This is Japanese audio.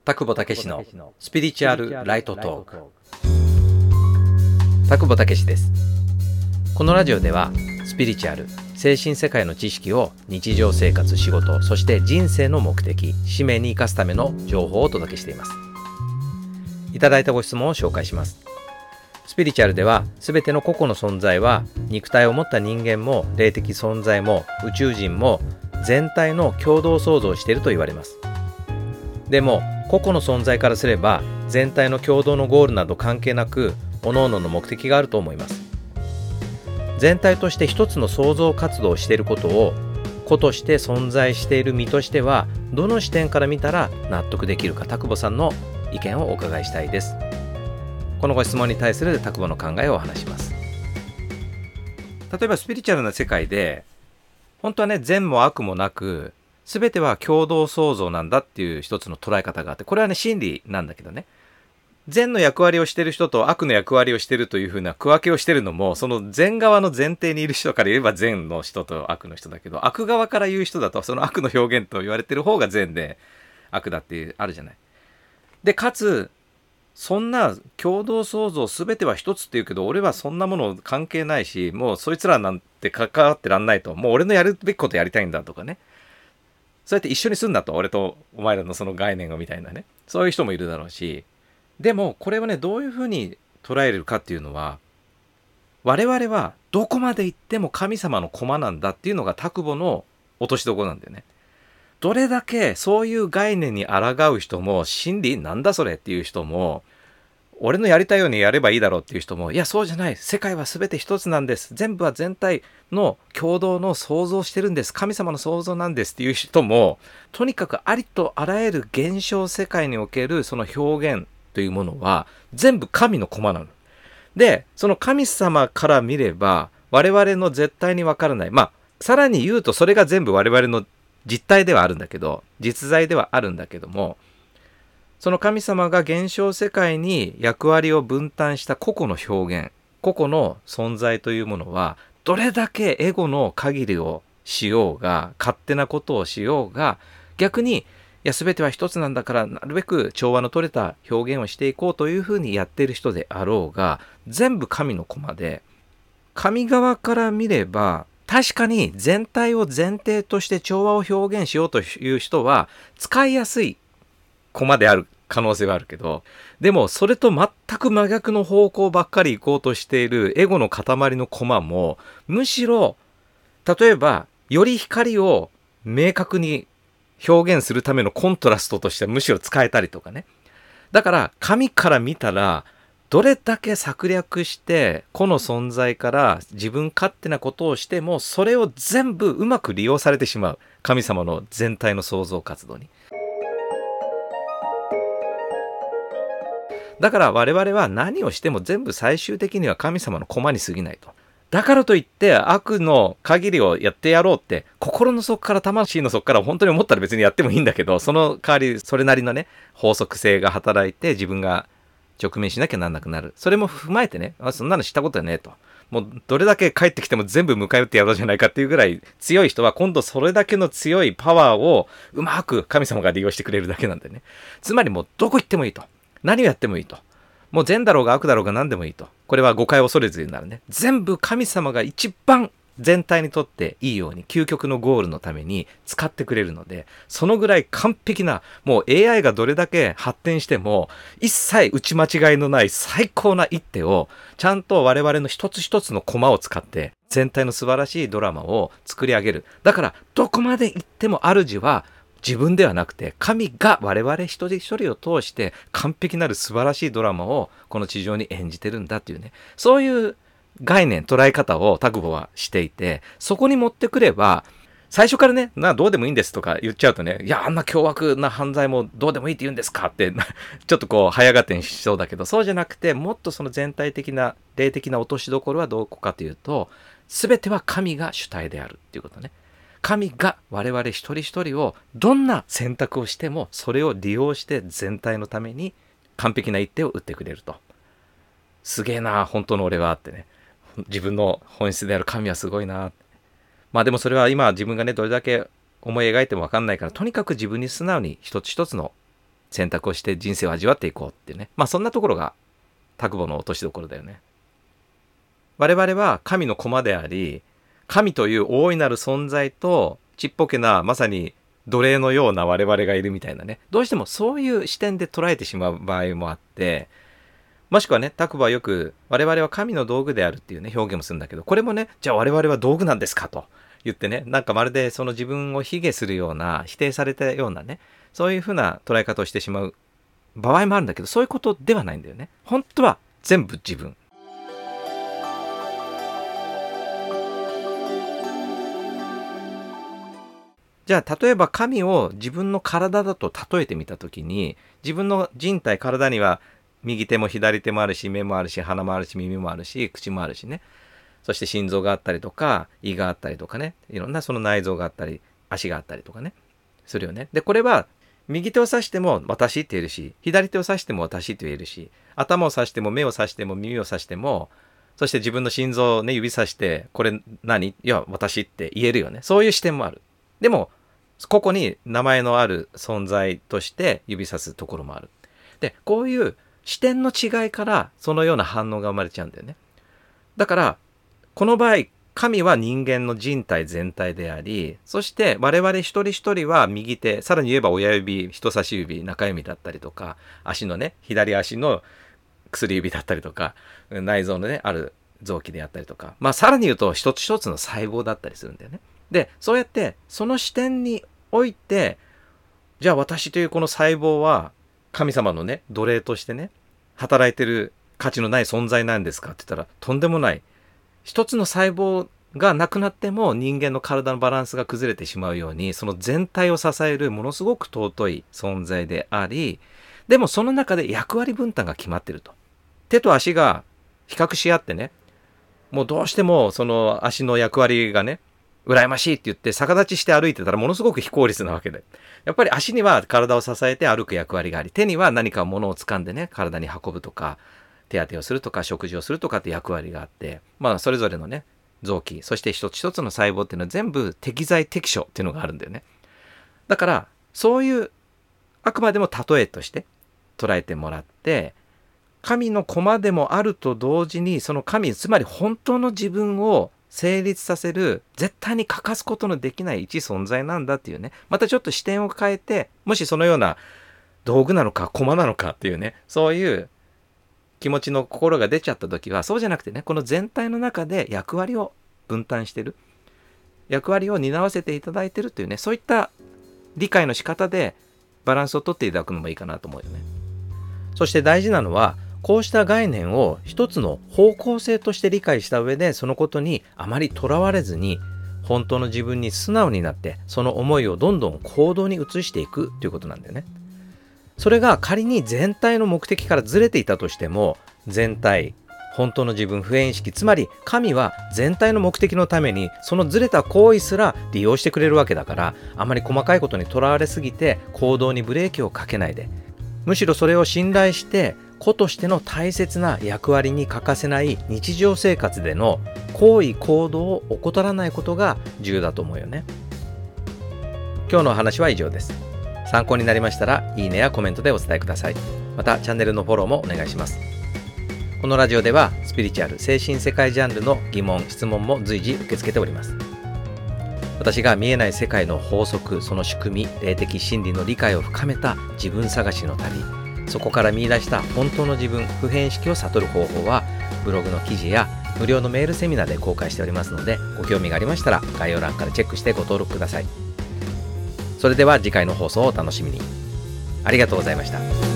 田久保武史のスピリチュアルライトトーク。田久保武史です。このラジオではスピリチュアル、精神世界の知識を日常生活、仕事、そして人生の目的、使命に生かすための情報をお届けしています。いただいたご質問を紹介します。スピリチュアルでは全ての個々の存在は肉体を持った人間も霊的存在も宇宙人も全体の共同創造をしていると言われます。でも個々の存在からすれば全体の共同のゴールなど関係なく各々の目的があると思います。全体として一つの創造活動をしていることを個として存在している身としてはどの視点から見たら納得できるか、田久保さんの意見をお伺いしたいです。このご質問に対する田久保の考えをお話します。例えばスピリチュアルな世界で本当はね、善も悪もなく全ては共同創造なんだっていう一つの捉え方があって、これはね真理なんだけどね、善の役割をしている人と悪の役割をしているというふうな区分けをしているのも、その善側の前提にいる人から言えば善の人と悪の人だけど、悪側から言う人だとその悪の表現と言われている方が善で悪だっていうあるじゃない。でかつそんな共同創造全ては一つって言うけど、俺はそんなもの関係ないし、もうそいつらなんて関わってらんないと、もう俺のやるべきことやりたいんだとかね、そうやって一緒にすんなと、俺とお前らのその概念をみたいなね、そういう人もいるだろうし、でもこれはね、どういうふうに捉えるかっていうのは、我々はどこまで行っても神様の駒なんだっていうのが田久保の落としどころなんだよね。どれだけそういう概念に抗う人も、真理なんだそれっていう人も、俺のやりたいようにやればいいだろうっていう人も、いやそうじゃない、世界は全て一つなんです、全部は全体の共同の創造してるんです、神様の創造なんですっていう人も、とにかくありとあらゆる現象世界におけるその表現というものは全部神の駒なので、その神様から見れば我々の絶対に分からない、さらに言うとそれが全部我々の実体ではあるんだけど、実在ではあるんだけども、その神様が現象世界に役割を分担した個々の表現、個々の存在というものは、どれだけエゴの限りをしようが、勝手なことをしようが、逆に、いや全ては一つなんだから、なるべく調和の取れた表現をしていこうというふうにやっている人であろうが、全部神の駒で、神側から見れば、確かに全体を前提として調和を表現しようという人は、使いやすい駒である可能性はあるけど、でもそれと全く真逆の方向ばっかり行こうとしているエゴの塊の駒も、むしろ例えばより光を明確に表現するためのコントラストとしてむしろ使えたりとかね。だから神から見たらどれだけ策略して個の存在から自分勝手なことをしても、それを全部うまく利用されてしまう、神様の全体の創造活動に。だから我々は何をしても全部最終的には神様の駒に過ぎないと。だからといって悪の限りをやってやろうって心の底から魂の底から本当に思ったら別にやってもいいんだけど、その代わりそれなりのね法則性が働いて自分が直面しなきゃなんなくなる。それも踏まえてね、そんなの知ったことはねえと、もうどれだけ帰ってきても全部迎え撃ってやろうじゃないかっていうぐらい強い人は、今度それだけの強いパワーをうまく神様が利用してくれるだけなんだよね。つまりもうどこ行ってもいいと、何をやってもいいと、もう善だろうが悪だろうが何でもいいと。これは誤解を恐れずになるね。全部神様が一番全体にとっていいように究極のゴールのために使ってくれるので、そのぐらい完璧な、もう AI がどれだけ発展しても一切打ち間違いのない最高な一手をちゃんと我々の一つ一つのコマを使って全体の素晴らしいドラマを作り上げる。だからどこまで行っても主は自分ではなくて神が我々一人一人を通して完璧なる素晴らしいドラマをこの地上に演じてるんだっていうね、そういう概念捉え方を田久保はしていて、そこに持ってくれば最初からね、どうでもいいんですとか言っちゃうとね、いやあんな凶悪な犯罪もどうでもいいって言うんですかってちょっとこう早合点しそうだけど、そうじゃなくて、もっとその全体的な霊的な落としどころはどこかというと、全ては神が主体であるっていうことね。神が我々一人一人をどんな選択をしてもそれを利用して全体のために完璧な一手を打ってくれると。すげえな本当の俺はってね、自分の本質である神はすごいな。でもそれは今自分がねどれだけ思い描いても分かんないから、とにかく自分に素直に一つ一つの選択をして人生を味わっていこうっていうね、そんなところが拓保の落としどころだよね。我々は神の駒であり、神という大いなる存在とちっぽけなまさに奴隷のような我々がいるみたいなね、どうしてもそういう視点で捉えてしまう場合もあって、もしくはね、拓保はよく我々は神の道具であるっていうね表現もするんだけど、これもね、じゃあ我々は道具なんですかと言ってね、なんかまるでその自分を卑下するような、否定されたようなね、そういうふうな捉え方をしてしまう場合もあるんだけど、そういうことではないんだよね。本当は全部自分。じゃあ例えば神を自分の体だと例えてみたときに、自分の人体、体には右手も左手もあるし、目もあるし、鼻もあるし、耳もあるし、口もあるしね、そして心臓があったりとか胃があったりとかね、いろんなその内臓があったり足があったりとかねするよね。でこれは右手を指しても私って言えるし、左手を指しても私って言えるし、頭を指しても目を指しても耳を指しても、そして自分の心臓をね指さしてこれ何？いや私って言えるよね。そういう視点もある。でも個々に名前のある存在として指さすところもある。でこういう視点の違いからそのような反応が生まれちゃうんだよね。だからこの場合神は人間の人体全体であり、そして我々一人一人は右手、さらに言えば親指、人差し指、中指だったりとか、足のね左足の薬指だったりとか、内臓のねある臓器であったりとか、さらに言うと一つ一つの細胞だったりするんだよね。でそうやってその視点において、じゃあ私というこの細胞は神様のね奴隷としてね働いてる価値のない存在なんですかって言ったら、とんでもない。一つの細胞がなくなっても人間の体のバランスが崩れてしまうように、その全体を支えるものすごく尊い存在であり、でもその中で役割分担が決まってると。手と足が比較し合ってね、もうどうしてもその足の役割がね羨ましいって言って逆立ちして歩いてたらものすごく非効率なわけで、やっぱり足には体を支えて歩く役割があり、手には何か物を掴んでね体に運ぶとか手当てをするとか食事をするとかって役割があって、それぞれのね臓器、そして一つ一つの細胞っていうのは全部適材適所っていうのがあるんだよね。だからそういうあくまでも例えとして捉えてもらって、神の駒でもあると同時に、その神、つまり本当の自分を成立させる絶対に欠かすことのできない一存在なんだっていうね、またちょっと視点を変えて、もしそのような道具なのか駒なのかっていうね、そういう気持ちの心が出ちゃった時は、そうじゃなくてね、この全体の中で役割を分担してる、役割を担わせていただいてるというね、そういった理解の仕方でバランスをとっていただくのもいいかなと思うよね。そして大事なのは、こうした概念を一つの方向性として理解した上で、そのことにあまりとらわれずに、本当の自分に素直になって、その思いをどんどん行動に移していくということなんだよね。それが仮に全体の目的からずれていたとしても、全体、本当の自分、普遍意識、つまり神は全体の目的のためにそのずれた行為すら利用してくれるわけだから、あまり細かいことにとらわれすぎて行動にブレーキをかけないで、むしろそれを信頼して個としての大切な役割に欠かせない日常生活での行為行動を怠らないことが重要だと思うよね。今日の話は以上です。参考になりましたらいいねやコメントでお伝えください。またチャンネルのフォローもお願いします。このラジオではスピリチュアル精神世界ジャンルの疑問・質問も随時受け付けております。私が見えない世界の法則、その仕組み、霊的真理の理解を深めた自分探しの旅、そこから見出した本当の自分、普遍意識を悟る方法はブログの記事や無料のメールセミナーで公開しておりますので、ご興味がありましたら概要欄からチェックしてご登録ください。それでは次回の放送をお楽しみに。ありがとうございました。